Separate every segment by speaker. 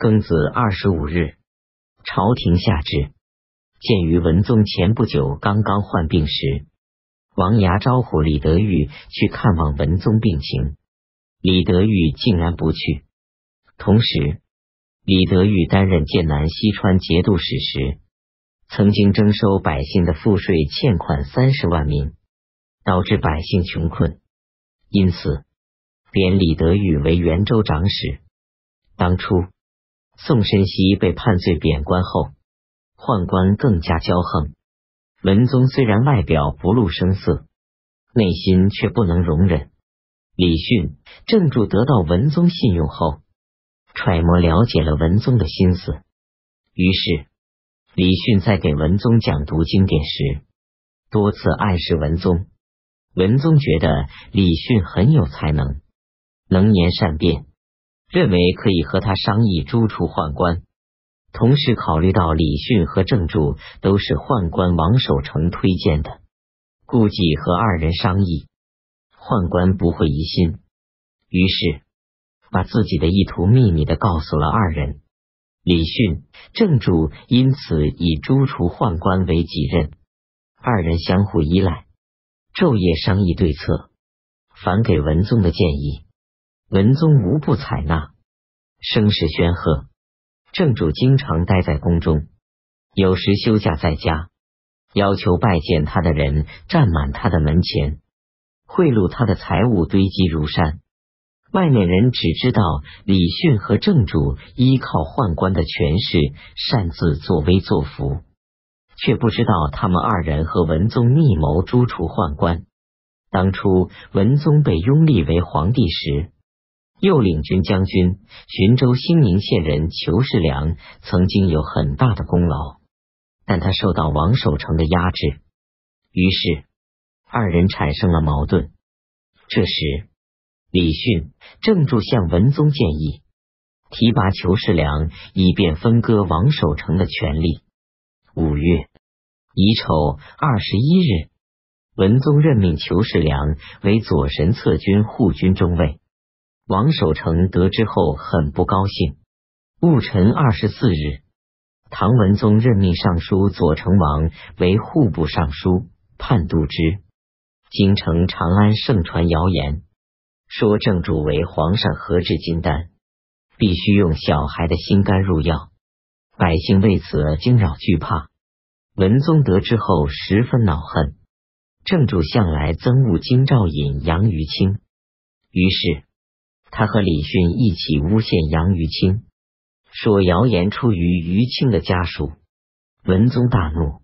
Speaker 1: 庚子25日，朝廷下旨，鉴于文宗前不久刚刚患病时，王衙招呼李德裕去看望文宗病情，李德裕竟然不去。同时，李德裕担任剑南西川节度使时，曾经征收百姓的赋税欠款30万民，导致百姓穷困，因此贬李德裕为元州长史。当初宋申锡被判罪贬官后，宦官更加骄横。文宗虽然外表不露声色，内心却不能容忍。李训、郑注得到文宗信用后，揣摩了解了文宗的心思，于是李训在给文宗讲读经典时，多次暗示文宗。文宗觉得李训很有才能，能言善辩，认为可以和他商议诛除宦官。同时考虑到李训和郑注都是宦官王守成推荐的，估计和二人商议，宦官不会疑心，于是把自己的意图秘密地告诉了二人。李训、郑注因此以诛除宦官为己任，二人相互依赖，昼夜商议对策。反给文宗的建议，文宗无不采纳，声势煊赫。郑注经常待在宫中，有时休假在家，要求拜见他的人站满他的门前，贿赂他的财物堆积如山。外面人只知道李训和郑注依靠宦官的权势擅自作威作福，却不知道他们二人和文宗密谋诛除宦官。当初文宗被拥立为皇帝时，右领军将军、浔州兴宁县人裘世良曾经有很大的功劳，但他受到王守成的压制，于是二人产生了矛盾。这时李训、郑注向文宗建议提拔裘世良，以便分割王守成的权力。5月乙丑21日，文宗任命裘世良为左神策军护军中尉。王守成得知后很不高兴。戊辰24日，唐文宗任命尚书左丞王为户部尚书、判度之。京城长安盛传谣言，说郑注为皇上合制金丹，必须用小孩的心肝入药，百姓为此而惊扰惧怕。文宗得知后十分恼恨，郑注向来憎恶京兆尹杨于清，于是他和李训一起诬陷杨于清，说谣言出于于清的家属。文宗大怒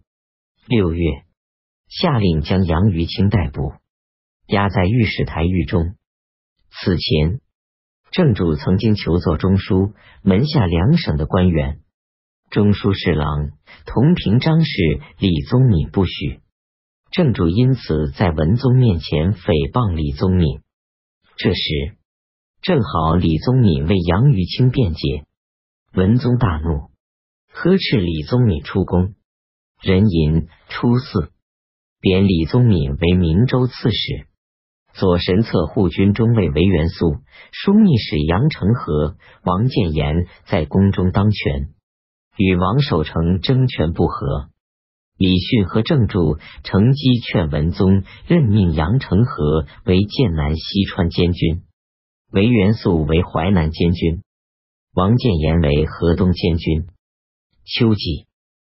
Speaker 1: ，6月下令将杨于清逮捕，押在御史台狱中。此前郑注曾经求奏中书、门下两省的官员，中书侍郎、同平章事李宗闵不许，郑注因此在文宗面前诽谤李宗闵。这时正好李宗闵为杨于清辩解，文宗大怒，呵斥李宗闵出宫，壬寅初4，贬李宗闵为明州刺史。左神策护军中尉韦元素、枢密使杨承和、王建言在宫中当权，与王守成争权不和。李训和郑注乘机劝文宗任命杨承和为剑南西川监军，韦元素为淮南监军，王建言为河东监军。秋季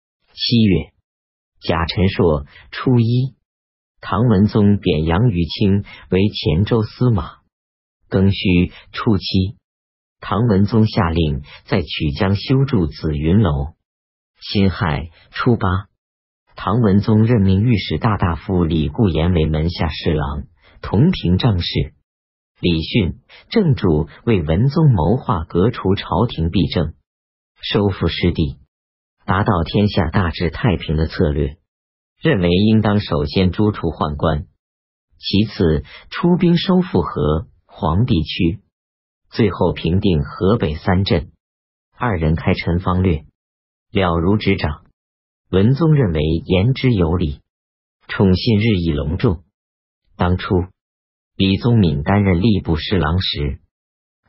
Speaker 1: 7月甲辰朔初1，唐文宗贬杨于清为黔州司马。庚戌初7，唐文宗下令在曲江修筑紫云楼。辛亥初8，唐文宗任命御史大大夫李固言为门下侍郎、同平章事。李训、郑注为文宗谋划革除朝廷弊政，收复失地，达到天下大治太平的策略，认为应当首先诛除宦官，其次出兵收复河、黄地区，最后平定河北3镇。二人开陈方略，了如指掌。文宗认为言之有理，宠信日益隆重。当初李宗闵担任吏部侍郎时，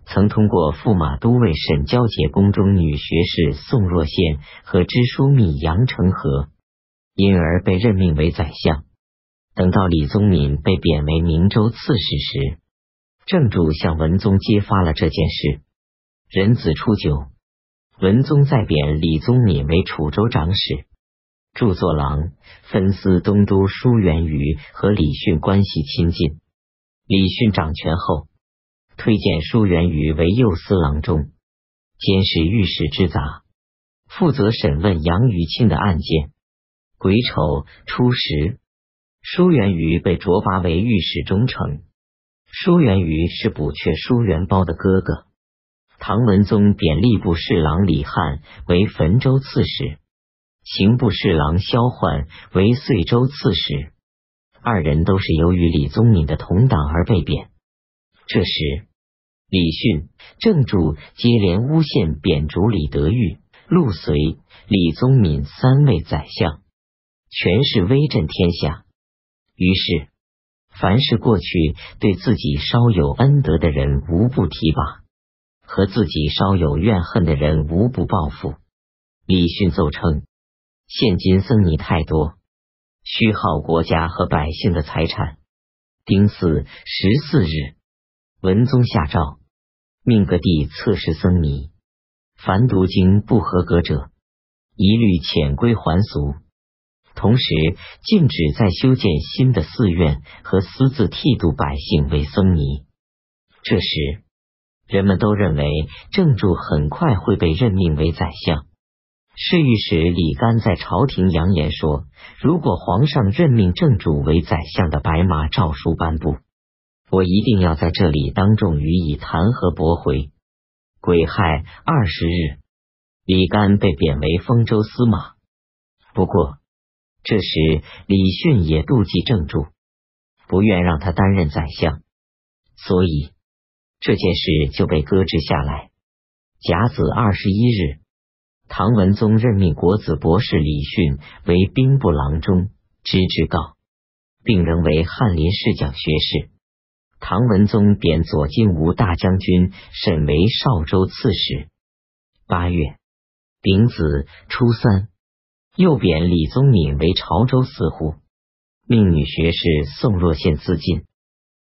Speaker 1: 曾通过驸马都尉沈交节宫中女学士宋若宪和支枢密杨承和，因而被任命为宰相。等到李宗闵被贬为明州刺史时，正主向文宗揭发了这件事。壬子初九，文宗再贬李宗闵为楚州长史、著作郎，分司东都舒元瑜和李训关系亲近。李训掌权后，推荐舒元瑜为右司郎中，监视御史之杂，负责审问杨余庆的案件。癸丑初十，舒元瑜被擢拔为御史中丞。舒元瑜是补阙舒元褒的哥哥。唐文宗贬吏部侍郎李翰为汾州刺史，刑部侍郎萧焕为遂州刺史，二人都是由于李宗闵的同党而被贬。这时，李训、郑注接连诬陷贬逐李德裕、陆随、李宗闵三位宰相，权势威震天下。于是，凡是过去对自己稍有恩德的人，无不提拔；和自己稍有怨恨的人，无不报复。李训奏称，现今僧尼太多，虚耗国家和百姓的财产。丁巳14日，文宗下诏，命各地测试僧尼，凡读经不合格者，一律遣归还俗。同时禁止再修建新的寺院和私自剃度百姓为僧尼。这时，人们都认为郑注很快会被任命为宰相。侍御史李干在朝廷扬言说，如果皇上任命郑注为宰相的白马诏书颁布，我一定要在这里当众予以弹劾驳回。癸亥20日，李干被贬为丰州司马。不过这时李训也妒忌郑注，不愿让他担任宰相，所以这件事就被搁置下来。甲子21日，唐文宗任命国子博士李训为兵部郎中、知制诰，并仍为翰林侍讲学士。唐文宗贬左金吾大将军沈为邵州刺史。8月丙子初三，又贬李宗闵为潮州司户，命女学士宋若宪自尽。